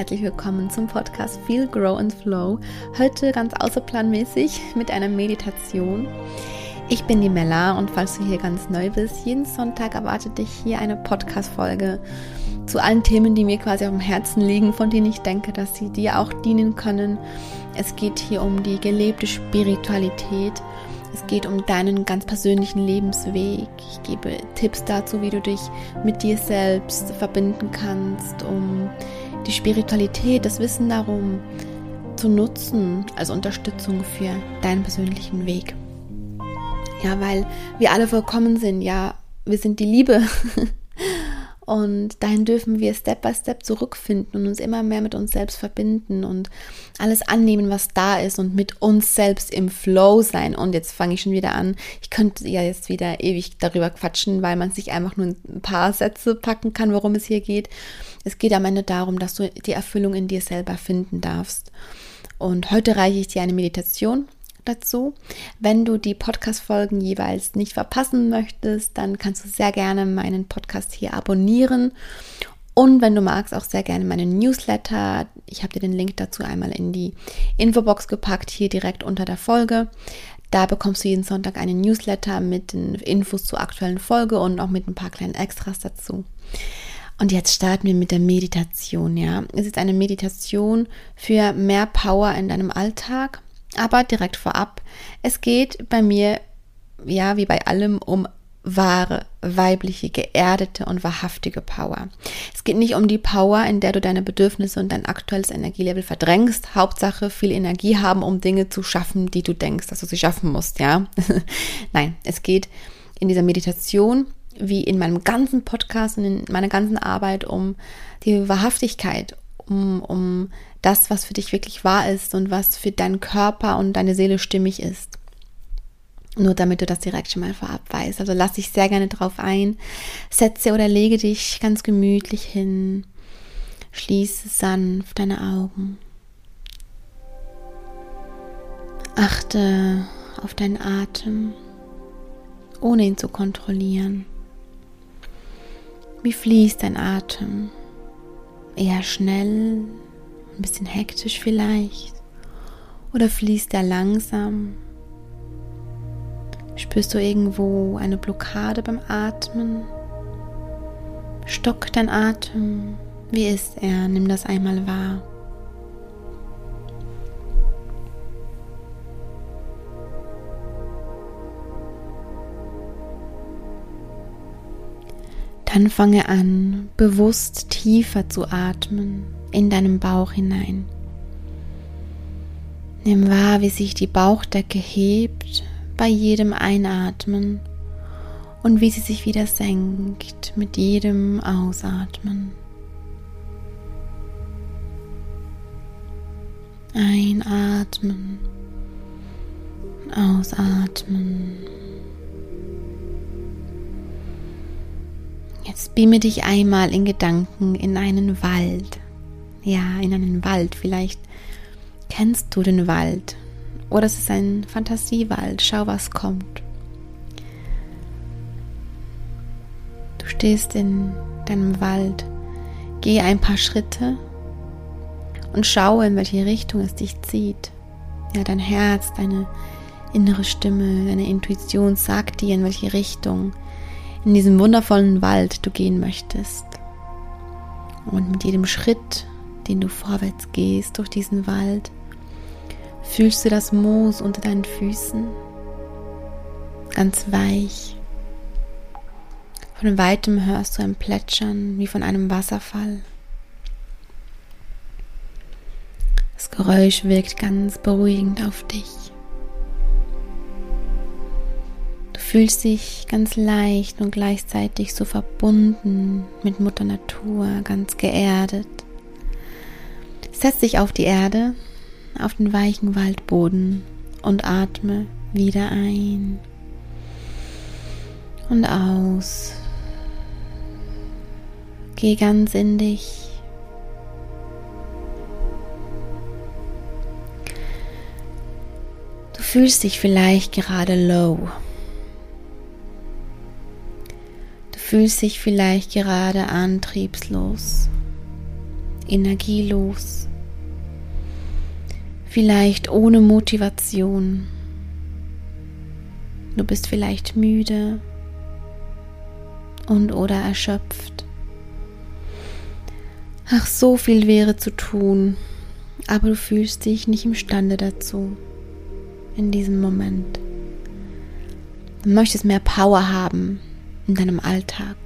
herzlich willkommen zum Podcast Feel, Grow and Flow. Heute ganz außerplanmäßig mit einer Meditation. Ich bin die Mella und falls du hier ganz neu bist, jeden Sonntag erwartet dich hier eine Podcast-Folge zu allen Themen, die mir quasi auf dem Herzen liegen, von denen ich denke, dass sie dir auch dienen können. Es geht hier um die gelebte Spiritualität. Es geht um deinen ganz persönlichen Lebensweg. Ich gebe Tipps dazu, wie du dich mit dir selbst verbinden kannst, um die Spiritualität, das Wissen darum zu nutzen als Unterstützung für deinen persönlichen Weg. Ja, weil wir alle vollkommen sind. Ja, wir sind die Liebe. Und dahin dürfen wir Step by Step zurückfinden und uns immer mehr mit uns selbst verbinden und alles annehmen, was da ist und mit uns selbst im Flow sein. Und jetzt fange ich schon wieder an. Ich könnte ja jetzt wieder ewig darüber quatschen, weil man sich einfach nur ein paar Sätze packen kann, worum es hier geht. Es geht am Ende darum, dass du die Erfüllung in dir selber finden darfst. Und heute reiche ich dir eine Meditation dazu. Wenn du die Podcast-Folgen jeweils nicht verpassen möchtest, dann kannst du sehr gerne meinen Podcast hier abonnieren und wenn du magst, auch sehr gerne meinen Newsletter. Ich habe dir den Link dazu einmal in die Infobox gepackt, hier direkt unter der Folge. Da bekommst du jeden Sonntag einen Newsletter mit den Infos zur aktuellen Folge und auch mit ein paar kleinen Extras dazu. Und jetzt starten wir mit der Meditation. Ja, es ist eine Meditation für mehr Power in deinem Alltag. Aber direkt vorab, es geht bei mir, ja, wie bei allem, um wahre, weibliche, geerdete und wahrhaftige Power. Es geht nicht um die Power, in der du deine Bedürfnisse und dein aktuelles Energielevel verdrängst. Hauptsache viel Energie haben, um Dinge zu schaffen, die du denkst, dass du sie schaffen musst, ja. Nein, es geht in dieser Meditation, wie in meinem ganzen Podcast und in meiner ganzen Arbeit, um die Wahrhaftigkeit, um das, was für dich wirklich wahr ist und was für deinen Körper und deine Seele stimmig ist. Nur damit du das direkt schon mal vorab weißt. Also lass dich sehr gerne drauf ein. Setze oder lege dich ganz gemütlich hin. Schließe sanft deine Augen. Achte auf deinen Atem, ohne ihn zu kontrollieren. Wie fließt dein Atem? Eher schnell, ein bisschen hektisch vielleicht, oder fließt er langsam? Spürst du irgendwo eine Blockade beim Atmen? Stockt dein Atem? Wie ist er? Nimm das einmal wahr. Dann fange an, bewusst tiefer zu atmen, in deinen Bauch hinein. Nimm wahr, wie sich die Bauchdecke hebt bei jedem Einatmen und wie sie sich wieder senkt mit jedem Ausatmen. Einatmen, ausatmen. Jetzt beame dich einmal in Gedanken in einen Wald. Ja, in einen Wald. Vielleicht kennst du den Wald. Oder es ist ein Fantasiewald. Schau, was kommt. Du stehst in deinem Wald. Geh ein paar Schritte und schaue, in welche Richtung es dich zieht. Ja, dein Herz, deine innere Stimme, deine Intuition sagt dir, in welche Richtung in diesem wundervollen Wald du gehen möchtest. Und mit jedem Schritt, den du vorwärts gehst durch diesen Wald, fühlst du das Moos unter deinen Füßen, ganz weich. Von weitem hörst du ein Plätschern wie von einem Wasserfall. Das Geräusch wirkt ganz beruhigend auf dich. Du fühlst dich ganz leicht und gleichzeitig so verbunden mit Mutter Natur, ganz geerdet. Setz dich auf die Erde, auf den weichen Waldboden und atme wieder ein und aus. Geh ganz in dich. Du fühlst dich vielleicht gerade low. Du fühlst dich vielleicht gerade antriebslos. energielos, vielleicht ohne Motivation. Du bist vielleicht müde oder erschöpft. Ach, so viel wäre zu tun, aber du fühlst dich nicht imstande dazu in diesem Moment. Du möchtest mehr Power haben in deinem Alltag.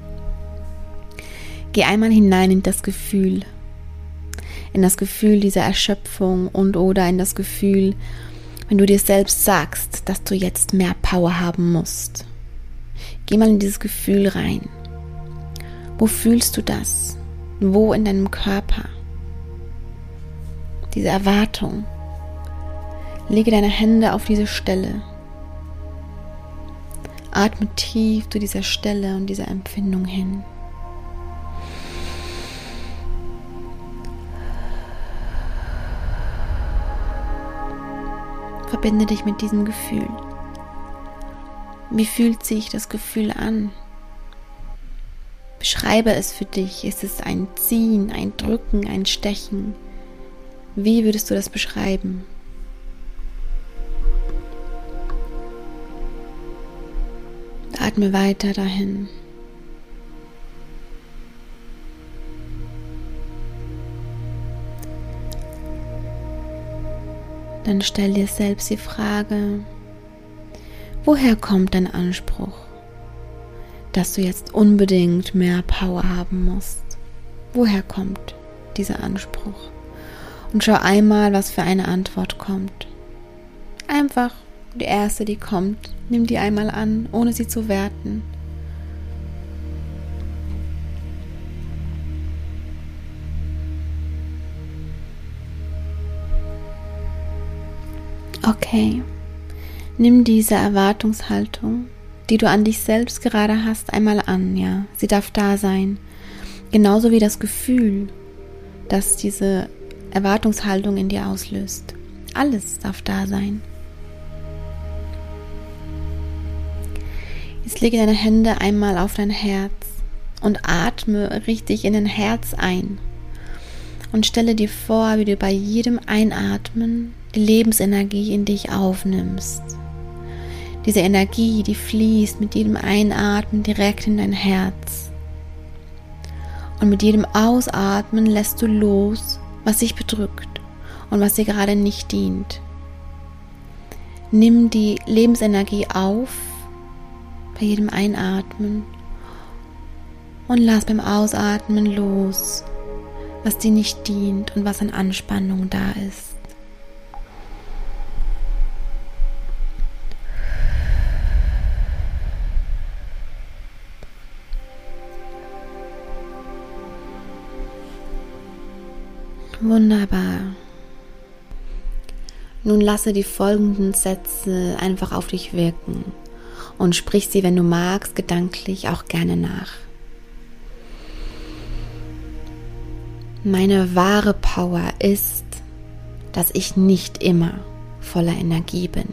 Geh einmal hinein in das Gefühl dieser Erschöpfung oder in das Gefühl, wenn du dir selbst sagst, dass du jetzt mehr Power haben musst. Geh mal in dieses Gefühl rein. Wo fühlst du das? Wo in deinem Körper? Diese Erwartung. Lege deine Hände auf diese Stelle. Atme tief zu dieser Stelle und dieser Empfindung hin. Verbinde dich mit diesem Gefühl. Wie fühlt sich das Gefühl an? Beschreibe es für dich. Ist es ein Ziehen, ein Drücken, ein Stechen? Wie würdest du das beschreiben? Atme weiter dahin. Dann stell dir selbst die Frage, woher kommt dein Anspruch, dass du jetzt unbedingt mehr Power haben musst? Woher kommt dieser Anspruch? Und schau einmal, was für eine Antwort kommt. Einfach die erste, die kommt, nimm die einmal an, ohne sie zu werten. Okay, nimm diese Erwartungshaltung, die du an dich selbst gerade hast, einmal an, ja. Sie darf da sein. Genauso wie das Gefühl, das diese Erwartungshaltung in dir auslöst. Alles darf da sein. Jetzt lege deine Hände einmal auf dein Herz und atme richtig in dein Herz ein. Und stelle dir vor, wie du bei jedem Einatmen die Lebensenergie in dich aufnimmst. Diese Energie, die fließt mit jedem Einatmen direkt in dein Herz. Und mit jedem Ausatmen lässt du los, was dich bedrückt und was dir gerade nicht dient. Nimm die Lebensenergie auf bei jedem Einatmen und lass beim Ausatmen los, was dir nicht dient und was an Anspannung da ist. Wunderbar. Nun lasse die folgenden Sätze einfach auf dich wirken und sprich sie, wenn du magst, gedanklich auch gerne nach. Meine wahre Power ist, dass ich nicht immer voller Energie bin.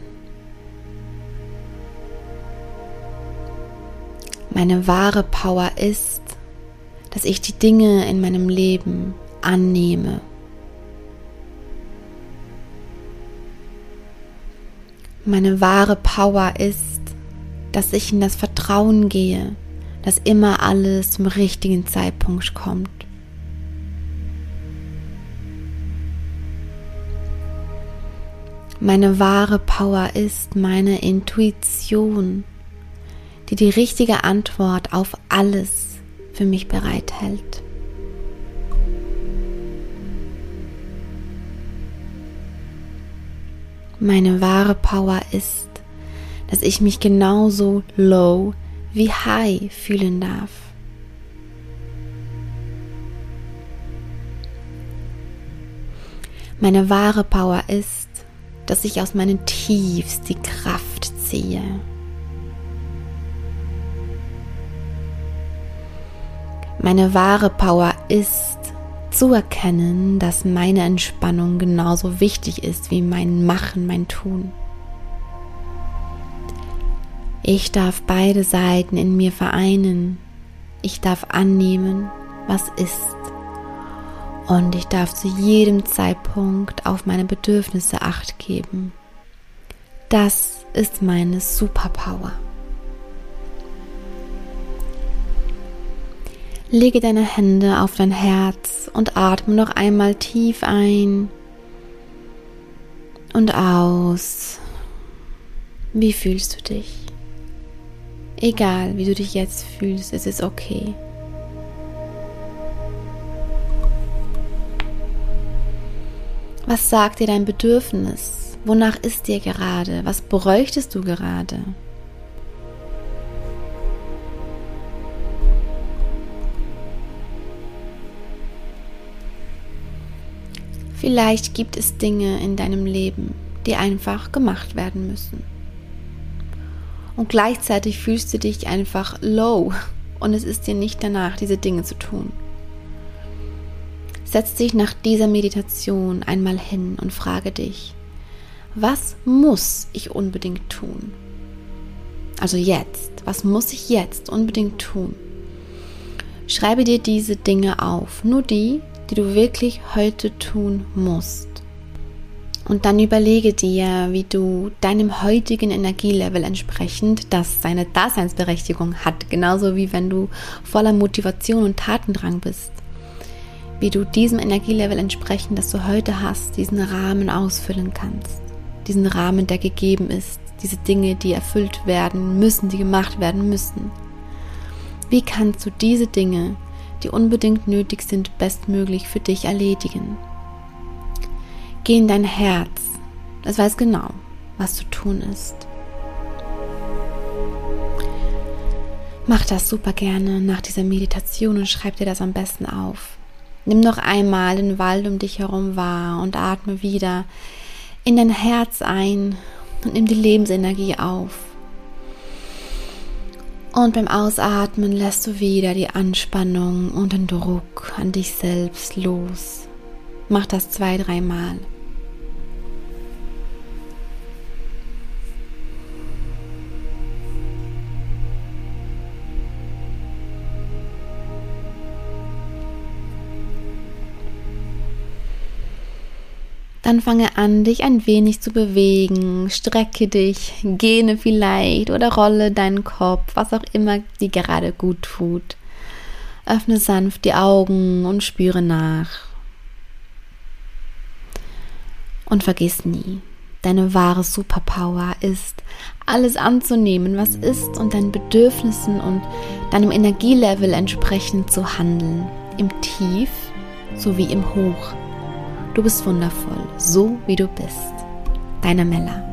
Meine wahre Power ist, dass ich die Dinge in meinem Leben annehme. Meine wahre Power ist, dass ich in das Vertrauen gehe, dass immer alles zum richtigen Zeitpunkt kommt. Meine wahre Power ist meine Intuition, die die richtige Antwort auf alles für mich bereithält. Meine wahre Power ist, dass ich mich genauso low wie high fühlen darf. Meine wahre Power ist, dass ich aus meinen Tiefs die Kraft ziehe. Meine wahre Power ist, zu erkennen, dass meine Entspannung genauso wichtig ist wie mein Machen, mein Tun. Ich darf beide Seiten in mir vereinen. Ich darf annehmen, was ist. Und ich darf zu jedem Zeitpunkt auf meine Bedürfnisse Acht geben. Das ist meine Superpower. Lege deine Hände auf dein Herz und atme noch einmal tief ein und aus. Wie fühlst du dich? Egal, wie du dich jetzt fühlst, es ist okay. Was sagt dir dein Bedürfnis? Wonach ist dir gerade? Was bräuchtest du gerade? Vielleicht gibt es Dinge in deinem Leben, die einfach gemacht werden müssen. Und gleichzeitig fühlst du dich einfach low und es ist dir nicht danach, diese Dinge zu tun. Setz dich nach dieser Meditation einmal hin und frage dich, was muss ich unbedingt tun? Also jetzt, was muss ich jetzt unbedingt tun? Schreibe dir diese Dinge auf, nur die du wirklich heute tun musst. Und dann überlege dir, wie du deinem heutigen Energielevel entsprechend, das seine Daseinsberechtigung hat, genauso wie wenn du voller Motivation und Tatendrang bist, wie du diesem Energielevel entsprechend, das du heute hast, diesen Rahmen ausfüllen kannst. Diesen Rahmen, der gegeben ist, diese Dinge, die erfüllt werden müssen, die gemacht werden müssen. Wie kannst du diese Dinge, die unbedingt nötig sind, bestmöglich für dich erledigen? Geh in dein Herz, es weiß genau, was zu tun ist. Mach das super gerne nach dieser Meditation und schreib dir das am besten auf. Nimm noch einmal den Wald um dich herum wahr und atme wieder in dein Herz ein und nimm die Lebensenergie auf. Und beim Ausatmen lässt du wieder die Anspannung und den Druck an dich selbst los. Mach das 2-3 Mal. Dann fange an, dich ein wenig zu bewegen, strecke dich, gähne vielleicht oder rolle deinen Kopf, was auch immer dir gerade gut tut. Öffne sanft die Augen und spüre nach. Und vergiss nie, deine wahre Superpower ist, alles anzunehmen, was ist und deinen Bedürfnissen und deinem Energielevel entsprechend zu handeln, im Tief sowie im Hoch. Du bist wundervoll, so wie du bist. Deine Mella.